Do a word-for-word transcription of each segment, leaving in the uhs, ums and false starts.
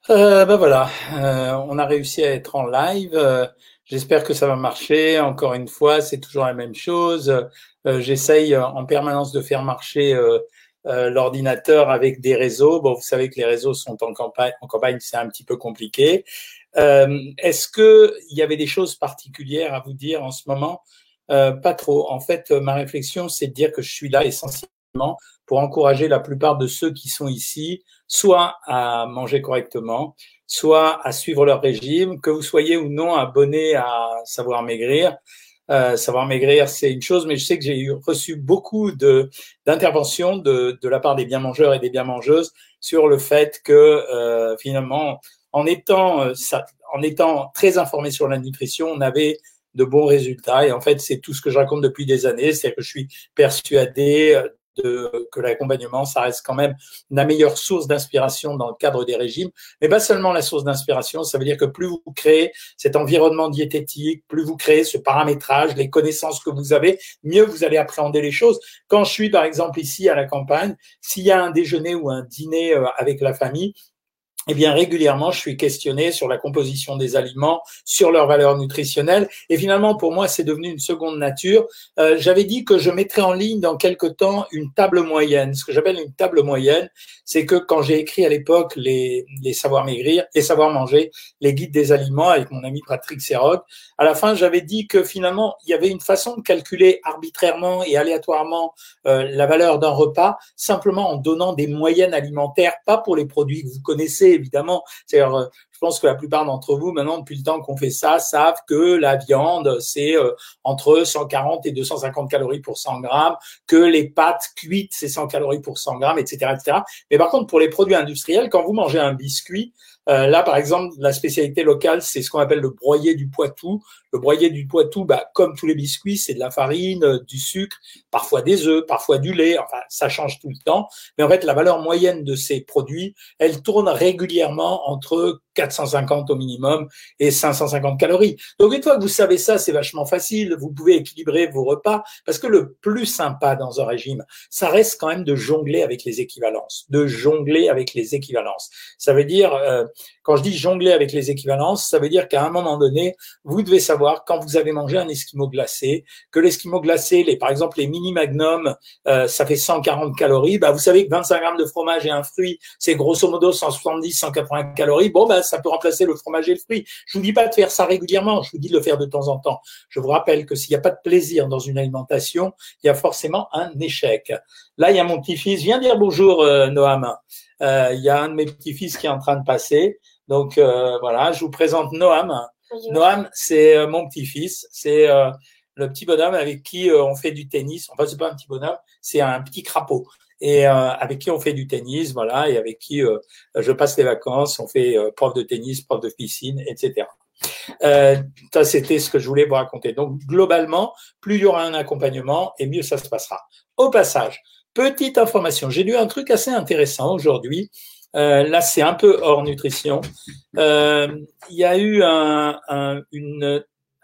Euh, ben voilà, euh, on a réussi à être en live. Euh, j'espère que ça va marcher. Encore une fois, c'est toujours la même chose. Euh, j'essaye en permanence de faire marcher euh, euh, l'ordinateur avec des réseaux. Bon, vous savez que les réseaux sont en campagne. En campagne, c'est un petit peu compliqué. Euh, est-ce que il y avait des choses particulières à vous dire en ce moment? Euh, pas trop. En fait, ma réflexion, c'est de dire que je suis là essentiellement pour encourager la plupart de ceux qui sont ici, soit à manger correctement, soit à suivre leur régime, que vous soyez ou non abonné à Savoir Maigrir. Euh, Savoir Maigrir, c'est une chose, mais je sais que j'ai eu, reçu beaucoup de d'interventions de, de la part des bien mangeurs et des bien mangeuses sur le fait que euh, finalement, en étant euh, ça, en étant très informé sur la nutrition, on avait de bons résultats. Et en fait, c'est tout ce que je raconte depuis des années, c'est que je suis persuadé de, que l'accompagnement, ça reste quand même la meilleure source d'inspiration dans le cadre des régimes. Mais pas seulement la source d'inspiration, ça veut dire que plus vous créez cet environnement diététique, plus vous créez ce paramétrage, les connaissances que vous avez, mieux vous allez appréhender les choses. Quand je suis, par exemple, ici à la campagne, s'il y a un déjeuner ou un dîner avec la famille, eh bien, régulièrement, je suis questionné sur la composition des aliments, sur leur valeur nutritionnelle. Et finalement, pour moi, c'est devenu une seconde nature. Euh, j'avais dit que je mettrais en ligne dans quelque temps une table moyenne. Ce que j'appelle une table moyenne, c'est que quand j'ai écrit à l'époque les, les savoirs maigrir, les savoirs manger, les guides des aliments avec mon ami Patrick Serroc, à la fin, j'avais dit que finalement, il y avait une façon de calculer arbitrairement et aléatoirement euh, la valeur d'un repas, simplement en donnant des moyennes alimentaires, pas pour les produits que vous connaissez, évidemment. C'est-à-dire, je pense que la plupart d'entre vous, maintenant, depuis le temps qu'on fait ça, savent que la viande, c'est euh, entre cent quarante et deux cent cinquante calories pour cent grammes, que les pâtes cuites, c'est cent calories pour cent grammes, et cetera, et cetera. Mais par contre, pour les produits industriels, quand vous mangez un biscuit, euh, là, par exemple, la spécialité locale, c'est ce qu'on appelle le broyé du Poitou. Le broyé du Poitou, bah, comme tous les biscuits, c'est de la farine, du sucre, parfois des œufs, parfois du lait. Enfin, ça change tout le temps. Mais en fait, la valeur moyenne de ces produits, elle tourne régulièrement entre quatre cent cinquante au minimum et cinq cent cinquante calories. Donc, une fois que vous savez ça, c'est vachement facile. Vous pouvez équilibrer vos repas parce que le plus sympa dans un régime, ça reste quand même de jongler avec les équivalences, de jongler avec les équivalences. Ça veut dire, euh, quand je dis jongler avec les équivalences, ça veut dire qu'à un moment donné, vous devez savoir quand vous avez mangé un esquimau glacé, que l'esquimau glacé, les, par exemple les mini magnum, euh, ça fait cent quarante calories. Bah, vous savez que vingt-cinq grammes de fromage et un fruit, c'est grosso modo cent soixante-dix, cent quatre-vingts calories. Bon, bah, ça peut remplacer le fromage et le fruit. Je vous dis pas de faire ça régulièrement, je vous dis de le faire de temps en temps. Je vous rappelle que s'il n'y a pas de plaisir dans une alimentation, il y a forcément un échec. Là, il y a mon petit-fils. Viens dire bonjour, euh, Noam. Euh, il y a un de mes petits-fils qui est en train de passer. Donc, euh, voilà, je vous présente Noam. Bonjour. Noam, c'est euh, mon petit-fils. C'est euh, le petit bonhomme avec qui euh, on fait du tennis. Enfin, c'est pas un petit bonhomme, c'est un petit crapaud. Et euh, avec qui on fait du tennis, voilà, et avec qui euh, je passe les vacances. On fait euh, prof de tennis, prof de piscine, et cetera. Euh, ça, c'était ce que je voulais vous raconter. Donc, globalement, plus il y aura un accompagnement et mieux ça se passera. Au passage, petite information, j'ai lu un truc assez intéressant aujourd'hui. Euh, là, c'est un peu hors nutrition. Euh, il y a eu un, un, une,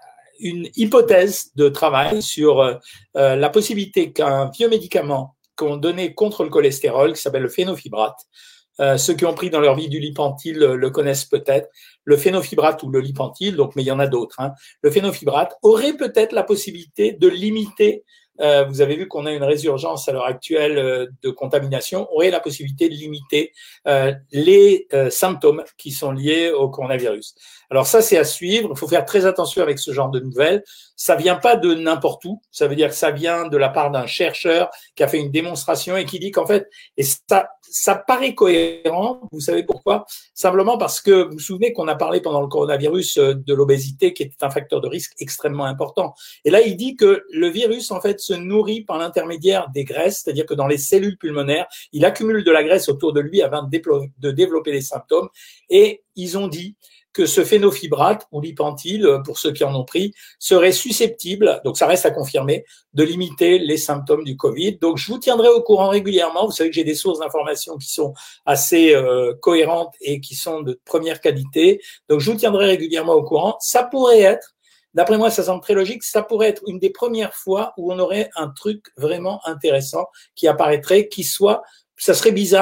une hypothèse de travail sur euh, la possibilité qu'un vieux médicament qu'on donnait contre le cholestérol, qui s'appelle le phénofibrate, Euh, ceux qui ont pris dans leur vie du Lipentil le, le connaissent peut-être. Le phénofibrate ou le Lipentil, donc, mais il y en a d'autres. Hein. Le phénofibrate aurait peut-être la possibilité de limiter. Euh, vous avez vu qu'on a une résurgence à l'heure actuelle euh, de contamination. Aurait la possibilité de limiter euh, les euh, symptômes qui sont liés au coronavirus. Alors ça, c'est à suivre. Il faut faire très attention avec ce genre de nouvelles. Ça vient pas de n'importe où. Ça veut dire que ça vient de la part d'un chercheur qui a fait une démonstration et qui dit qu'en fait, et ça, ça paraît cohérent. Vous savez pourquoi? Simplement parce que vous vous souvenez qu'on a parlé pendant le coronavirus de l'obésité qui était un facteur de risque extrêmement important. Et là, il dit que le virus, en fait, se nourrit par l'intermédiaire des graisses, c'est-à-dire que dans les cellules pulmonaires, il accumule de la graisse autour de lui avant de développer les symptômes. Et ils ont dit que ce phénofibrate ou Lipentil, pour ceux qui en ont pris, serait susceptible, donc ça reste à confirmer, de limiter les symptômes du Covid. Donc je vous tiendrai au courant régulièrement. Vous savez que j'ai des sources d'informations qui sont assez euh, cohérentes et qui sont de première qualité. Donc je vous tiendrai régulièrement au courant. Ça pourrait être, d'après moi ça semble très logique, ça pourrait être une des premières fois où on aurait un truc vraiment intéressant qui apparaîtrait, qui soit, ça serait bizarre,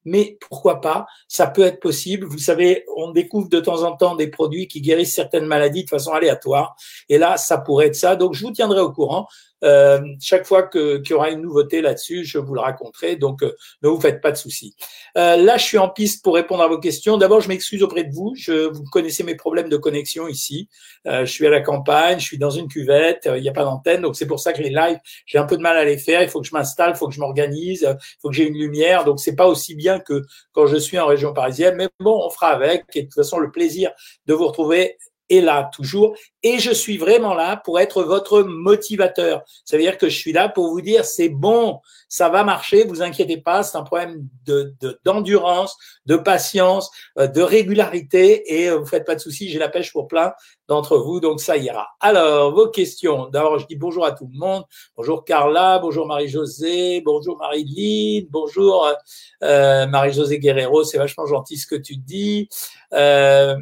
mais pourquoi pas, ça peut être possible. Vous savez, on découvre de temps en temps des produits qui guérissent certaines maladies de façon aléatoire, et là, ça pourrait être ça. Donc, je vous tiendrai au courant. Euh, chaque fois que, qu'il y aura une nouveauté là-dessus, je vous le raconterai, donc euh, ne vous faites pas de soucis. Euh, là, je suis en piste pour répondre à vos questions. D'abord, je m'excuse auprès de vous. Je, vous connaissez mes problèmes de connexion ici. Euh, je suis à la campagne, je suis dans une cuvette, euh, il n'y a pas d'antenne, donc c'est pour ça que les lives, j'ai un peu de mal à les faire. Il faut que je m'installe, il faut que je m'organise, il faut que j'ai une lumière. Donc, c'est pas aussi bien que quand je suis en région parisienne, mais bon, on fera avec. Et de toute façon, le plaisir de vous retrouver est là toujours, et je suis vraiment là pour être votre motivateur. Ça veut dire que je suis là pour vous dire c'est bon, ça va marcher, vous inquiétez pas, c'est un problème de, de d'endurance, de patience, de régularité, et vous faites pas de soucis, j'ai la pêche pour plein d'entre vous, donc ça ira. Alors, vos questions. D'abord, je dis bonjour à tout le monde. Bonjour Carla, bonjour Marie-Josée, bonjour Marie-Line, bonjour euh, Marie-Josée Guerrero, c'est vachement gentil ce que tu dis. Euh,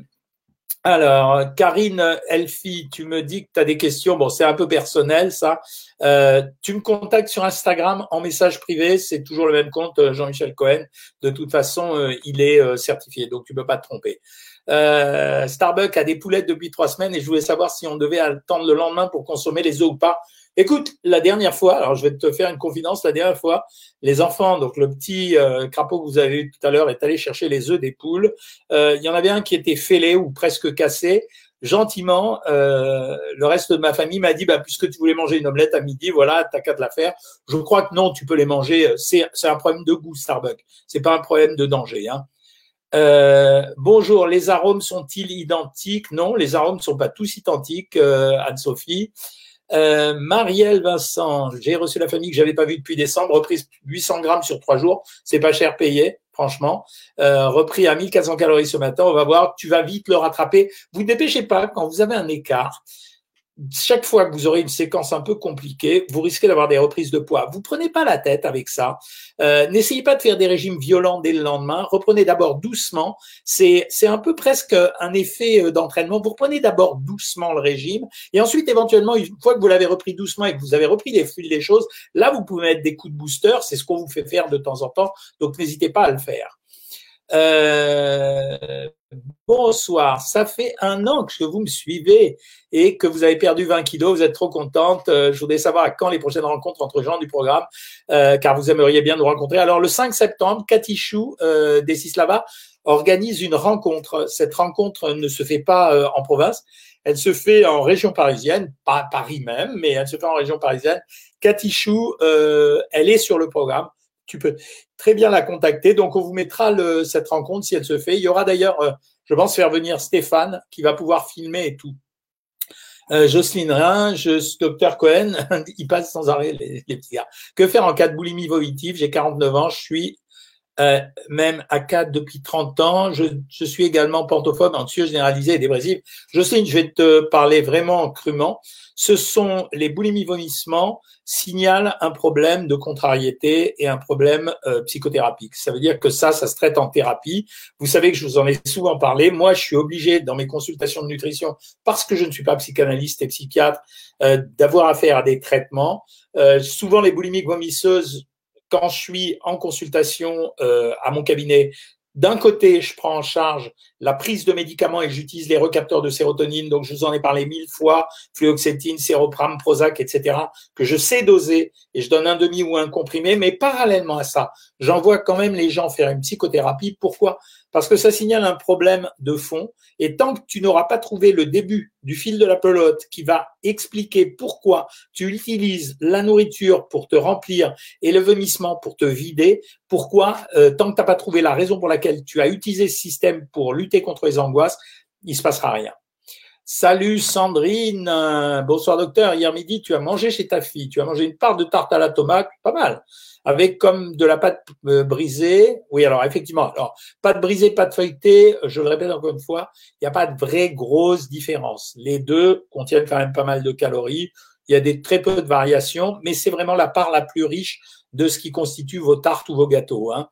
Alors, Karine Elfi, tu me dis que tu as des questions. Bon, c'est un peu personnel, ça. Euh, tu me contactes sur Instagram en message privé. C'est toujours le même compte, Jean-Michel Cohen. De toute façon, euh, il est euh, certifié, donc tu ne peux pas te tromper. Euh, Starbucks a des poulettes depuis trois semaines et je voulais savoir si on devait attendre le lendemain pour consommer les œufs ou pas. Écoute, la dernière fois, alors je vais te faire une confidence, la dernière fois, les enfants, donc le petit euh, crapaud que vous avez eu tout à l'heure est allé chercher les œufs des poules. Euh, il y en avait un qui était fêlé ou presque cassé. Gentiment, euh, le reste de ma famille m'a dit, bah, puisque tu voulais manger une omelette à midi, voilà, t'as qu'à te la faire. Je crois que non, tu peux les manger. C'est, c'est un problème de goût, Starbucks. C'est pas un problème de danger, hein. Euh, bonjour, les arômes sont-ils identiques? Non, les arômes ne sont pas tous identiques, euh, Anne-Sophie. Euh, Marielle Vincent, j'ai reçu la famille que j'avais pas vue depuis décembre, reprise huit cents grammes sur trois jours, c'est pas cher payé, franchement. Euh, repris à mille quatre cents calories ce matin, on va voir, tu vas vite le rattraper. Vous ne dépêchez pas, quand vous avez un écart, chaque fois que vous aurez une séquence un peu compliquée, vous risquez d'avoir des reprises de poids. Vous prenez pas la tête avec ça. Euh, n'essayez pas de faire des régimes violents dès le lendemain. Reprenez d'abord doucement. C'est, c'est un peu presque un effet d'entraînement. Vous reprenez d'abord doucement le régime et ensuite, éventuellement, une fois que vous l'avez repris doucement et que vous avez repris les flux des choses, là, vous pouvez mettre des coups de booster. C'est ce qu'on vous fait faire de temps en temps. Donc, n'hésitez pas à le faire. Euh, bonsoir, ça fait un an que vous me suivez et que vous avez perdu vingt kilos, vous êtes trop contente. Euh, je voudrais savoir à quand les prochaines rencontres entre gens du programme, euh, car vous aimeriez bien nous rencontrer. Alors le cinq septembre, Cathy Chou euh, d'Essislava organise une rencontre. Cette rencontre ne se fait pas euh, en province, elle se fait en région parisienne, pas à Paris même, mais elle se fait en région parisienne. Cathy Chou, euh, elle est sur le programme. Tu peux très bien la contacter. Donc, on vous mettra le, cette rencontre si elle se fait. Il y aura d'ailleurs, euh, je pense, faire venir Stéphane qui va pouvoir filmer et tout. Euh, Jocelyne Rhin, je, docteur Cohen, il passe sans arrêt les, les petits gars. Que faire en cas de boulimie vomitive? J'ai quarante-neuf ans, je suis euh, même à quatre depuis trente ans. Je, je suis également portophobe, anxieux généralisé et dépressif. Jocelyne, je vais te parler vraiment crûment. Ce sont les boulimies vomissements signalent un problème de contrariété et un problème euh, psychothérapique. Ça veut dire que ça, ça se traite en thérapie. Vous savez que je vous en ai souvent parlé. Moi, je suis obligé dans mes consultations de nutrition, parce que je ne suis pas psychanalyste et psychiatre, euh, d'avoir affaire à des traitements. Euh, souvent, les boulimiques vomisseuses, quand je suis en consultation euh, à mon cabinet, d'un côté, je prends en charge la prise de médicaments et j'utilise les recapteurs de sérotonine. Donc, je vous en ai parlé mille fois, fluoxétine, séroprame, Prozac, et cetera, que je sais doser et je donne un demi ou un comprimé. Mais parallèlement à ça, j'envoie quand même les gens faire une psychothérapie. Pourquoi? Parce que ça signale un problème de fond. Et tant que tu n'auras pas trouvé le début du fil de la pelote qui va expliquer pourquoi tu utilises la nourriture pour te remplir et le vomissement pour te vider, pourquoi, euh, tant que tu n'as pas trouvé la raison pour laquelle tu as utilisé ce système pour lutter contre les angoisses, il ne se passera rien. Salut Sandrine, euh, bonsoir docteur. Hier midi, tu as mangé chez ta fille. Tu as mangé une part de tarte à la tomate, pas mal, avec comme de la pâte euh, brisée. Oui, alors effectivement, alors pâte brisée, pâte feuilletée, je le répète encore une fois, il n'y a pas de vraie grosse différence. Les deux contiennent quand même pas mal de calories. Il y a des très peu de variations, mais c'est vraiment la part la plus riche de ce qui constitue vos tartes ou vos gâteaux, hein.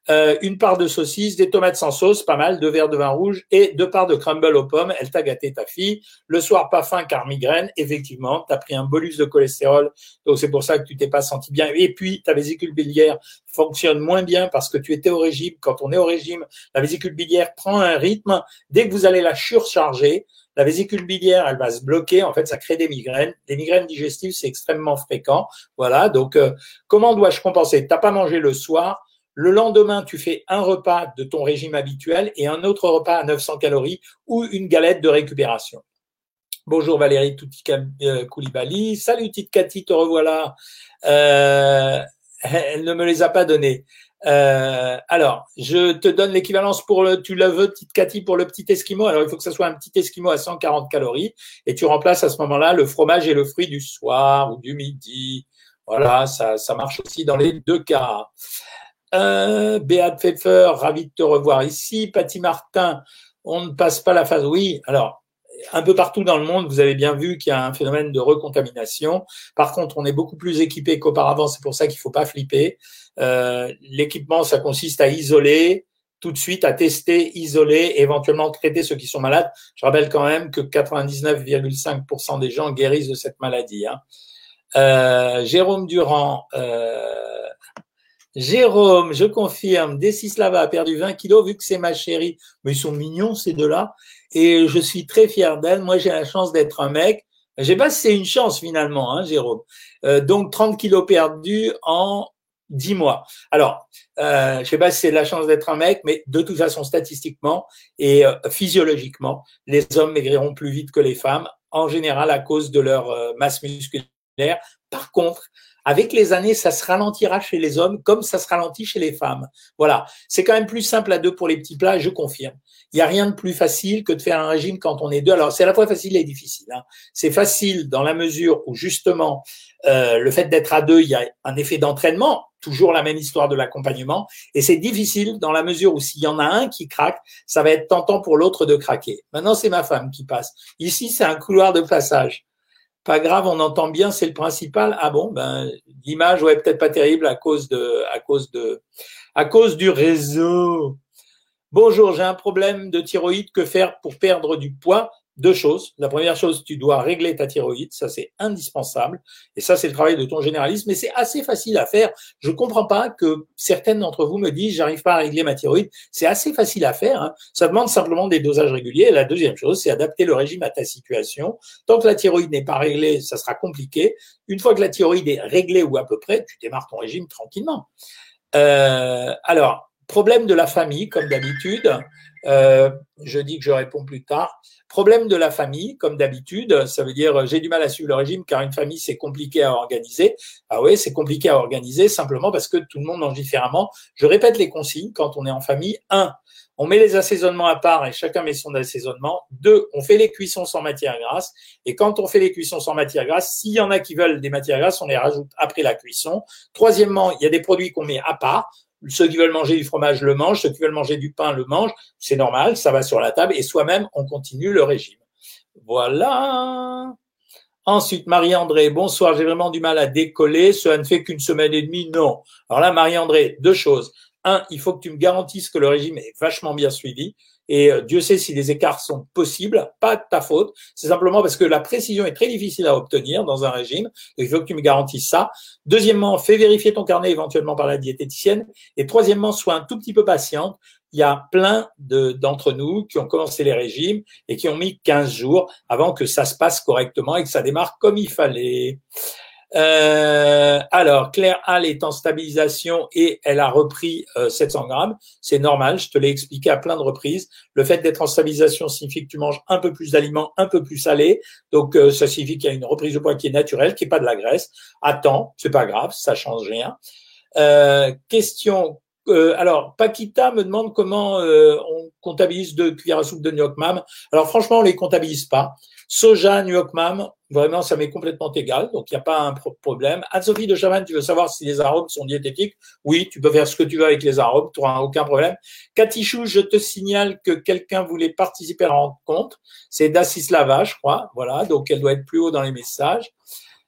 euh, une part de saucisse, des tomates sans sauce, pas mal, deux verres de vin rouge et deux parts de crumble aux pommes. Elle t'a gâté, ta fille. Le soir, pas faim car migraine. Effectivement, t'as pris un bolus de cholestérol, donc c'est pour ça que tu t'es pas senti bien. Et puis, ta vésicule biliaire fonctionne moins bien parce que tu étais au régime. Quand on est au régime, la vésicule biliaire prend un rythme. Dès que vous allez la surcharger, la vésicule biliaire, elle va se bloquer. En fait, ça crée des migraines. Les migraines digestives, c'est extrêmement fréquent. Voilà. Donc, euh, comment dois-je compenser? T'as pas mangé le soir. Le lendemain, tu fais un repas de ton régime habituel et un autre repas à neuf cents calories ou une galette de récupération. Bonjour Valérie Touti Koulibaly. Salut Tite Cathy, te revoilà. Euh, elle ne me les a pas donnés. Euh, alors, je te donne l'équivalence pour le, tu la veux, petite Cathy, pour le petit esquimau. Alors, il faut que ce soit un petit esquimau à cent quarante calories et tu remplaces à ce moment-là le fromage et le fruit du soir ou du midi. Voilà, ça, ça marche aussi dans les deux cas. Euh, Béat Pfeffer, ravi de te revoir ici. Patty Martin, on ne passe pas la phase. Oui, alors, un peu partout dans le monde, vous avez bien vu qu'il y a un phénomène de recontamination. Par contre, on est beaucoup plus équipé qu'auparavant. C'est pour ça qu'il ne faut pas flipper. Euh, l'équipement, ça consiste à isoler tout de suite, à tester, isoler, éventuellement traiter ceux qui sont malades. Je rappelle quand même que quatre-vingt-dix-neuf virgule cinq pour cent des gens guérissent de cette maladie. Hein. Euh, Jérôme Durand, euh, Jérôme, je confirme, Desislava a perdu vingt kilos vu que c'est ma chérie. Mais ils sont mignons, ces deux-là. Et je suis très fier d'elle. Moi, j'ai la chance d'être un mec. Je sais pas si c'est une chance finalement, hein, Jérôme. Euh, donc, trente kilos perdus en dix mois. Alors, euh, je sais pas si c'est la chance d'être un mec, mais de toute façon, statistiquement et euh, physiologiquement, les hommes maigriront plus vite que les femmes, en général à cause de leur euh, masse musculaire. Par contre, avec les années, ça se ralentira chez les hommes comme ça se ralentit chez les femmes. Voilà. C'est quand même plus simple à deux pour les petits plats, je confirme. Il n'y a rien de plus facile que de faire un régime quand on est deux. Alors, c'est à la fois facile et difficile. Hein. C'est facile dans la mesure où, justement, euh, le fait d'être à deux, il y a un effet d'entraînement, toujours la même histoire de l'accompagnement. Et c'est difficile dans la mesure où s'il y en a un qui craque, ça va être tentant pour l'autre de craquer. Maintenant, c'est ma femme qui passe. Ici, c'est un couloir de passage. Pas grave, on entend bien, c'est le principal. Ah bon, ben l'image, ouais, peut-être pas terrible à cause de, à cause de, à cause du réseau. Bonjour, j'ai un problème de thyroïde. Que faire pour perdre du poids? Deux choses. La première chose, tu dois régler ta thyroïde. Ça, c'est indispensable. Et ça, c'est le travail de ton généraliste. Mais c'est assez facile à faire. Je comprends pas que certaines d'entre vous me disent, j'arrive pas à régler ma thyroïde. C'est assez facile à faire. Hein. Ça demande simplement des dosages réguliers. Et la deuxième chose, c'est adapter le régime à ta situation. Tant que la thyroïde n'est pas réglée, ça sera compliqué. Une fois que la thyroïde est réglée ou à peu près, tu démarres ton régime tranquillement. Euh, alors, problème de la famille, comme d'habitude. Euh, je dis que je réponds plus tard. Problème de la famille, comme d'habitude, ça veut dire j'ai du mal à suivre le régime car une famille c'est compliqué à organiser. Ah oui, c'est compliqué à organiser simplement parce que tout le monde mange différemment. Je répète les consignes quand on est en famille. Un, on met les assaisonnements à part et chacun met son assaisonnement. Deux, on fait les cuissons sans matière grasse. Et quand on fait les cuissons sans matière grasse, s'il y en a qui veulent des matières grasses, on les rajoute après la cuisson. Troisièmement, il y a des produits qu'on met à part. Ceux qui veulent manger du fromage le mangent, ceux qui veulent manger du pain le mangent. C'est normal, ça va sur la table et soi-même, on continue le régime. Voilà. Ensuite, Marie-André, bonsoir, j'ai vraiment du mal à décoller. Cela ne fait qu'une semaine et demie, non. Alors là, Marie-André, deux choses. Un, il faut que tu me garantisses que le régime est vachement bien suivi. Et euh, Dieu sait si les écarts sont possibles, pas de ta faute. C'est simplement parce que la précision est très difficile à obtenir dans un régime. Il faut que tu me garantisses ça. Deuxièmement, fais vérifier ton carnet éventuellement par la diététicienne. Et troisièmement, sois un tout petit peu patiente. Il y a plein de, d'entre nous qui ont commencé les régimes et qui ont mis quinze jours avant que ça se passe correctement et que ça démarre comme il fallait. Euh, alors, Claire Hall est en stabilisation et elle a repris euh, sept cents grammes. C'est normal, je te l'ai expliqué à plein de reprises. Le fait d'être en stabilisation signifie que tu manges un peu plus d'aliments, un peu plus salés. Donc, euh, ça signifie qu'il y a une reprise de poids qui est naturelle, qui n'est pas de la graisse. Attends, c'est pas grave, ça change rien. Euh, question. Euh, alors, Paquita me demande comment euh, on comptabilise deux cuillères à soupe de New York Mam. Alors, franchement, on les comptabilise pas. Soja, New York Mam, vraiment, ça m'est complètement égal, donc il n'y a pas un pro- problème. Anne-Sophie de Chavannes, tu veux savoir si les arômes sont diététiques? Oui, tu peux faire ce que tu veux avec les arômes, tu n'auras aucun problème. Katichou, je te signale que quelqu'un voulait participer à la rencontre. C'est Dacislava, je crois, voilà, donc elle doit être plus haut dans les messages.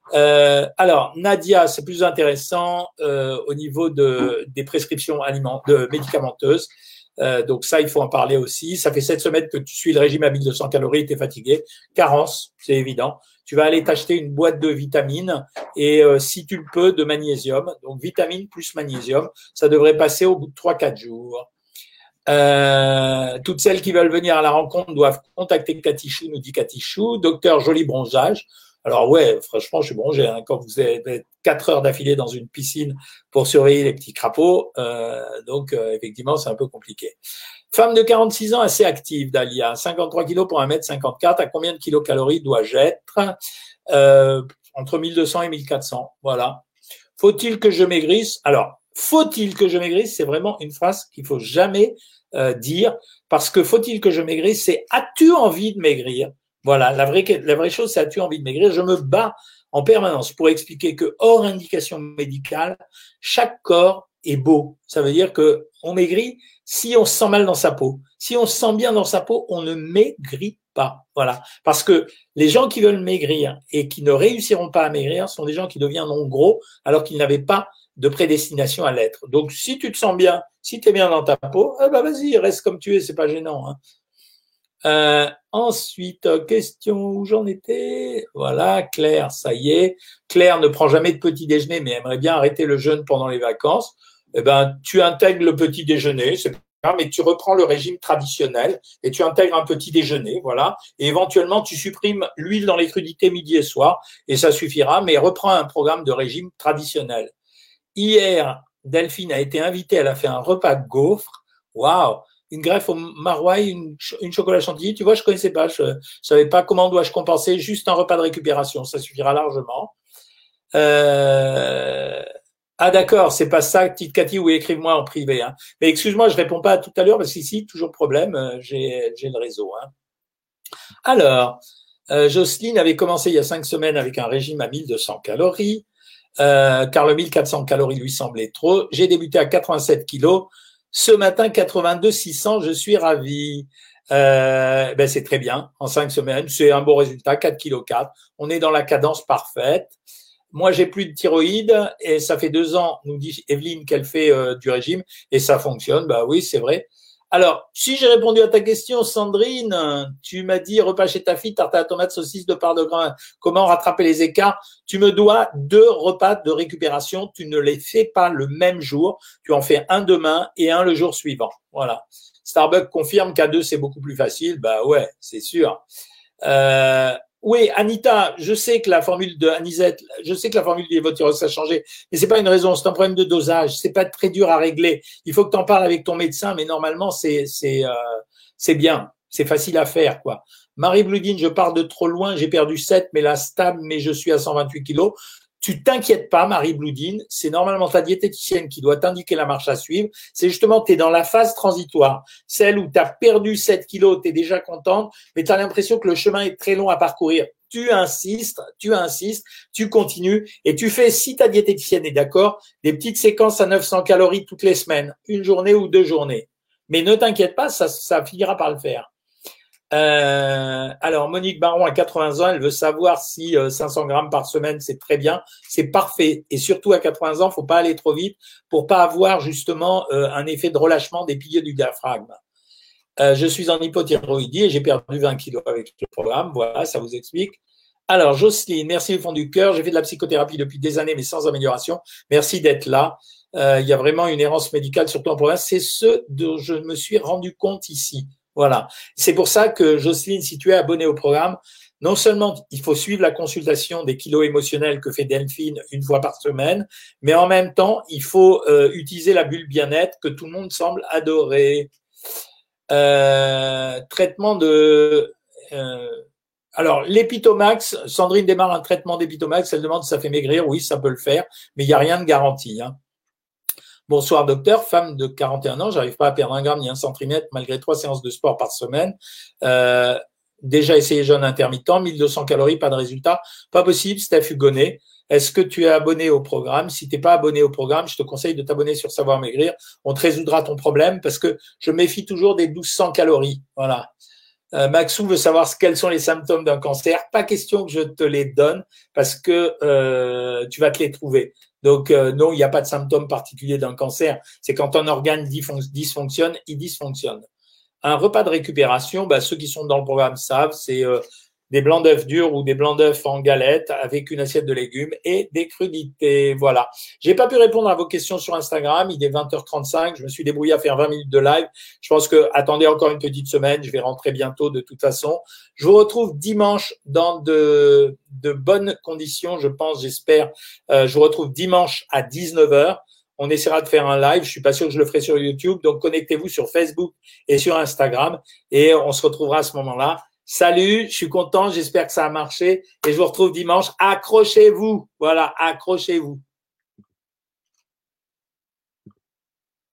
Euh, alors, Nadia, c'est plus intéressant euh, au niveau de, des prescriptions alimentaires, de médicamenteuses. Euh, donc ça, il faut en parler aussi. Ça fait sept semaines que tu suis le régime à mille deux cents calories, tu es fatigué. Carence, c'est évident. Tu vas aller t'acheter une boîte de vitamines et euh, si tu le peux, de magnésium. Donc vitamines plus magnésium, ça devrait passer au bout de trois quatre jours. Euh, toutes celles qui veulent venir à la rencontre doivent contacter Cathy Chou, nous dit Cathy Chou. Docteur Joli Bronzage. Alors ouais, franchement, je suis bronzé. Hein. Quand vous êtes quatre heures d'affilée dans une piscine pour surveiller les petits crapauds, euh, donc euh, effectivement, c'est un peu compliqué. Femme de quarante-six ans assez active, Dalia. cinquante-trois kilos pour un mètre cinquante-quatre. À combien de kilocalories dois-je être euh, Entre mille deux cents et mille quatre cents. Voilà. Faut-il que je maigrisse Alors, faut-il que je maigrisse C'est vraiment une phrase qu'il faut jamais euh, dire parce que faut-il que je maigrisse C'est as-tu envie de maigrir Voilà, la vraie, la vraie chose, c'est as-tu envie de maigrir Je me bats en permanence pour expliquer que hors indication médicale, chaque corps est beau. Ça veut dire que on maigrit si on se sent mal dans sa peau. Si on se sent bien dans sa peau, on ne maigrit pas. Voilà. Parce que les gens qui veulent maigrir et qui ne réussiront pas à maigrir sont des gens qui deviendront gros alors qu'ils n'avaient pas de prédestination à l'être. Donc, si tu te sens bien, si tu es bien dans ta peau, eh ben vas-y, reste comme tu es, c'est pas gênant. Hein. Euh, ensuite, question où j'en étais. Voilà, Claire, ça y est. Claire ne prend jamais de petit déjeuner, mais aimerait bien arrêter le jeûne pendant les vacances. Eh ben, tu intègres le petit déjeuner, c'est pas, mais tu reprends le régime traditionnel et tu intègres un petit déjeuner, voilà. Et éventuellement, tu supprimes l'huile dans les crudités midi et soir et ça suffira, mais reprends un programme de régime traditionnel. Hier, Delphine a été invitée, elle a fait un repas de gaufres. Waouh! Une greffe au maroilles, une, une chocolat chantilly. Tu vois, je connaissais pas, je, je savais pas comment dois-je compenser. Juste un repas de récupération, ça suffira largement. Euh... Ah d'accord, c'est pas ça, petite Cathy, oui, écrive-moi en privé. Hein. Mais excuse-moi, je réponds pas à tout à l'heure parce qu'ici, toujours problème, j'ai, j'ai le réseau. Hein. Alors, euh, Jocelyne avait commencé il y a cinq semaines avec un régime à mille deux cents calories. Euh, car le mille quatre cents calories lui semblait trop. J'ai débuté à quatre-vingt-sept kilos. Ce matin, quatre-vingt-deux six cents, je suis ravi. Euh, ben c'est très bien. En cinq semaines, c'est un bon résultat, quatre virgule quatre kilos. On est dans la cadence parfaite. Moi, j'ai plus de thyroïde et ça fait deux ans, nous dit Evelyne, qu'elle fait euh, du régime et ça fonctionne. Bah oui, c'est vrai. Alors, si j'ai répondu à ta question, Sandrine, tu m'as dit repas chez ta fille, tarte à la tomate, saucisse, deux parts de grain. Comment rattraper les écarts? Tu me dois deux repas de récupération. Tu ne les fais pas le même jour. Tu en fais un demain et un le jour suivant. Voilà. Starbucks confirme qu'à deux, c'est beaucoup plus facile. Bah ouais, c'est sûr. Euh, oui, Anita, je sais que la formule de Anisette, je sais que la formule du Votiros a changé, mais c'est pas une raison, c'est un problème de dosage. C'est pas très dur à régler. Il faut que tu en parles avec ton médecin, mais normalement c'est c'est euh, c'est bien, c'est facile à faire quoi. Marie Bloudine, je pars de trop loin, j'ai perdu sept, mais la stable, mais je suis à cent vingt-huit kilos. Tu t'inquiètes pas, Marie Bloudine, c'est normalement ta diététicienne qui doit t'indiquer la marche à suivre. C'est justement, tu es dans la phase transitoire, celle où tu as perdu sept kilos, tu es déjà contente, mais tu as l'impression que le chemin est très long à parcourir. Tu insistes, tu insistes, tu continues et tu fais, si ta diététicienne est d'accord, des petites séquences à neuf cents calories toutes les semaines, une journée ou deux journées. Mais ne t'inquiète pas, ça, ça finira par le faire. Euh, alors, Monique Baron à quatre-vingts ans, elle veut savoir si euh, cinq cents grammes par semaine, c'est très bien, c'est parfait. Et surtout à quatre-vingts ans, faut pas aller trop vite pour pas avoir justement euh, un effet de relâchement des piliers du diaphragme. Euh, je suis en hypothyroïdie et j'ai perdu vingt kilos avec le programme. Voilà, ça vous explique. Alors, Jocelyne, merci du fond du cœur. J'ai fait de la psychothérapie depuis des années, mais sans amélioration. Merci d'être là. Euh, il y a vraiment une errance médicale, surtout en province. C'est ce dont je me suis rendu compte ici. Voilà. C'est pour ça que, Jocelyne, si tu es abonné au programme, non seulement il faut suivre la consultation des kilos émotionnels que fait Delphine une fois par semaine, mais en même temps, il faut euh, utiliser la bulle bien-être que tout le monde semble adorer. Euh, traitement de... Euh, alors, l'Epitomax, Sandrine démarre un traitement d'Epitomax, elle demande si ça fait maigrir. Oui, ça peut le faire, mais il n'y a rien de garanti. Hein. Bonsoir docteur, femme de quarante et un ans, j'arrive pas à perdre un gramme ni un centimètre malgré trois séances de sport par semaine. Euh, déjà essayé jeûne intermittent, mille deux cents calories, pas de résultat. Pas possible, Steph Hugonnet. Est-ce que tu es abonné au programme? Si tu n'es pas abonné au programme, je te conseille de t'abonner sur Savoir Maigrir. On te résoudra ton problème parce que je méfie toujours des douze cents calories. Voilà. Euh, Maxou veut savoir quels sont les symptômes d'un cancer. Pas question que je te les donne parce que euh, tu vas te les trouver. Donc euh, non, il n'y a pas de symptômes particuliers d'un cancer. C'est quand un organe dysfonctionne, il dysfonctionne. Un repas de récupération, bah, ceux qui sont dans le programme savent, c'est euh, des blancs d'œufs durs ou des blancs d'œufs en galette avec une assiette de légumes et des crudités. Voilà. J'ai pas pu répondre à vos questions sur Instagram. Il est vingt heures trente-cinq. Je me suis débrouillé à faire vingt minutes de live. Je pense que attendez encore une petite semaine. Je vais rentrer bientôt de toute façon. Je vous retrouve dimanche dans de, de bonnes conditions, je pense, j'espère. Euh, je vous retrouve dimanche à dix-neuf heures. On essaiera de faire un live. Je suis pas sûr que je le ferai sur YouTube. Donc, connectez-vous sur Facebook et sur Instagram et on se retrouvera à ce moment-là. Salut, je suis content. J'espère que ça a marché et je vous retrouve dimanche. Accrochez-vous. Voilà, accrochez-vous.